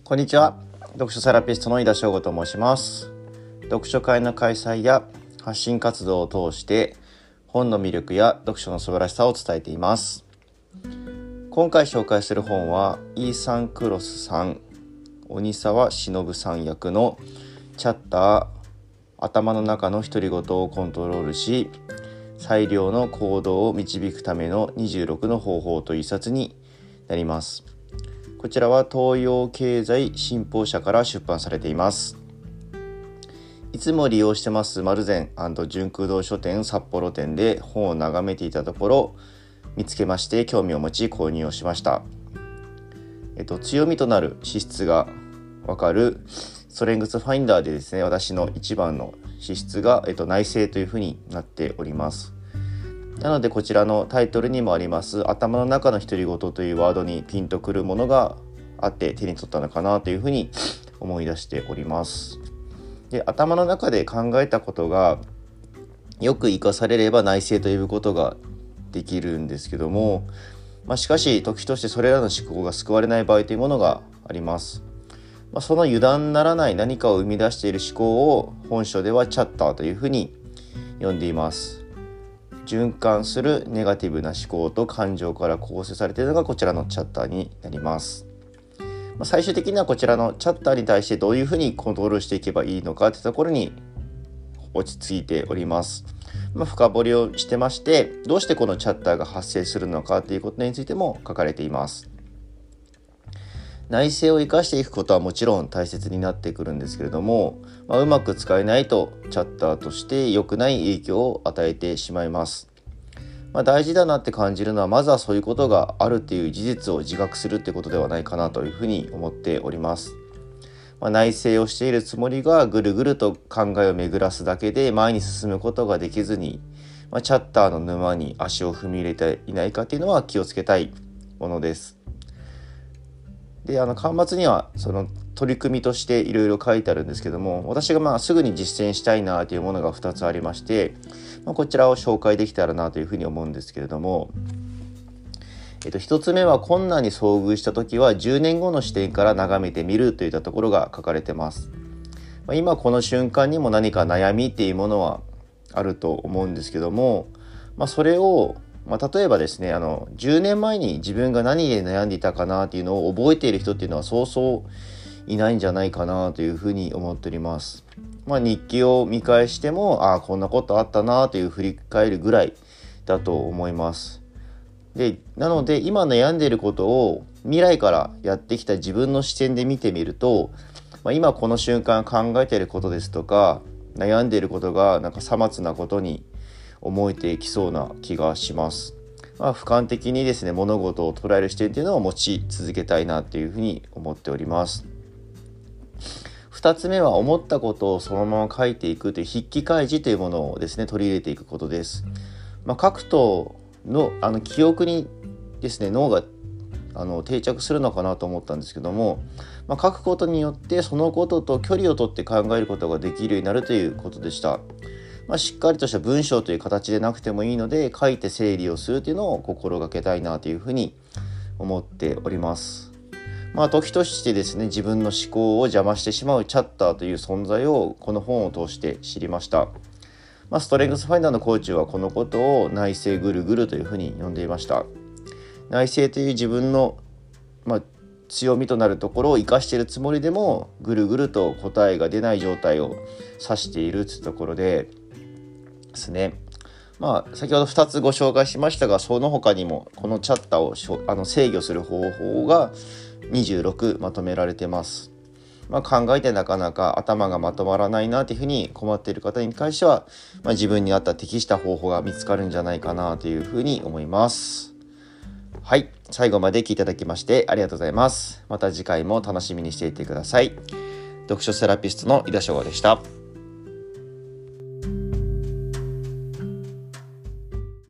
こんにちは。読書セラピストの井田翔吾と申します。読書会の開催や発信活動を通して本の魅力や読書の素晴らしさを伝えています。今回紹介する本はイーサン・クロスさん、鬼沢忍さん役のチャッター、頭の中の独り言をコントロールし最良の行動を導くための26の方法という一冊になります。こちらは東洋経済新報社から出版されています。いつも利用してます丸善&純空堂書店札幌店で本を眺めていたところ見つけまして興味を持ち購入をしました。強みとなる資質がわかるストレングスファインダーでですね、私の一番の資質が、内省というふうになっております。なのでこちらのタイトルにもあります頭の中の独り言というワードにピンとくるものがあって手に取ったのかなというふうに思い出しております。で、頭の中で考えたことがよく活かされれば内省と呼ぶことができるんですけども、しかし時としてそれらの思考が救われない場合というものがあります。その油断ならない何かを生み出している思考を本書ではチャッターというふうに呼んでいます。循環するネガティブな思考と感情から構成されているのがこちらのチャッターになります。最終的にはこちらのチャッターに対してどういうふうにコントロールしていけばいいのかというところに落ち着いております。深掘りをしてまして、どうしてこのチャッターが発生するのかということについても書かれています。内省を生かしていくことはもちろん大切になってくるんですけれども、うまく使えないとチャッターとして良くない影響を与えてしまいます。大事だなって感じるのはまずはそういうことがあるっていう事実を自覚するってことではないかなというふうに思っております。内省をしているつもりがぐるぐると考えを巡らすだけで前に進むことができずに、チャッターの沼に足を踏み入れていないかっていうのは気をつけたいものです。で、巻末にはその取り組みとしていろいろ書いてあるんですけども、私がすぐに実践したいなというものが2つありまして、こちらを紹介できたらなというふうに思うんですけれども、1つ目は困難に遭遇した時は10年後の視点から眺めてみるといったところが書かれてます。今この瞬間にも何か悩みっていうものはあると思うんですけども、それを例えばですね、10年前に自分が何で悩んでいたかなっていうのを覚えている人っていうのはそうそういないんじゃないかなというふうに思っております。日記を見返してもこんなことあったなという振り返るぐらいだと思います。で、なので今悩んでいることを未来からやってきた自分の視点で見てみると、今この瞬間考えていることですとか悩んでいることがさまつなことに思えてきそうな気がします。俯瞰的にですね、物事を捉える視点というのを持ち続けたいなというふうに思っております。2つ目は思ったことをそのまま書いていくという筆記開示というものをですね取り入れていくことです。書くとの記憶にですね脳が定着するのかなと思ったんですけども、書くことによってそのことと距離をとって考えることができるようになるということでした。しっかりとした文章という形でなくてもいいので書いて整理をするというのを心がけたいなというふうに思っております。時としてですね、自分の思考を邪魔してしまうチャッターという存在をこの本を通して知りました。ストレングスファインダーのコーチはこのことを内省ぐるぐるというふうに呼んでいました。内省という自分の、強みとなるところを生かしているつもりでもぐるぐると答えが出ない状態を指しているというところでですね、先ほど2つご紹介しましたが、その他にもこのチャッターを制御する方法が26まとめられてます。考えてなかなか頭がまとまらないなというふうに困っている方に関しては、自分に合った適した方法が見つかるんじゃないかなというふうに思います。はい、最後まで聞いていただきましてありがとうございます。また次回も楽しみにしていてください。読書セラピストの井田翔吾でした。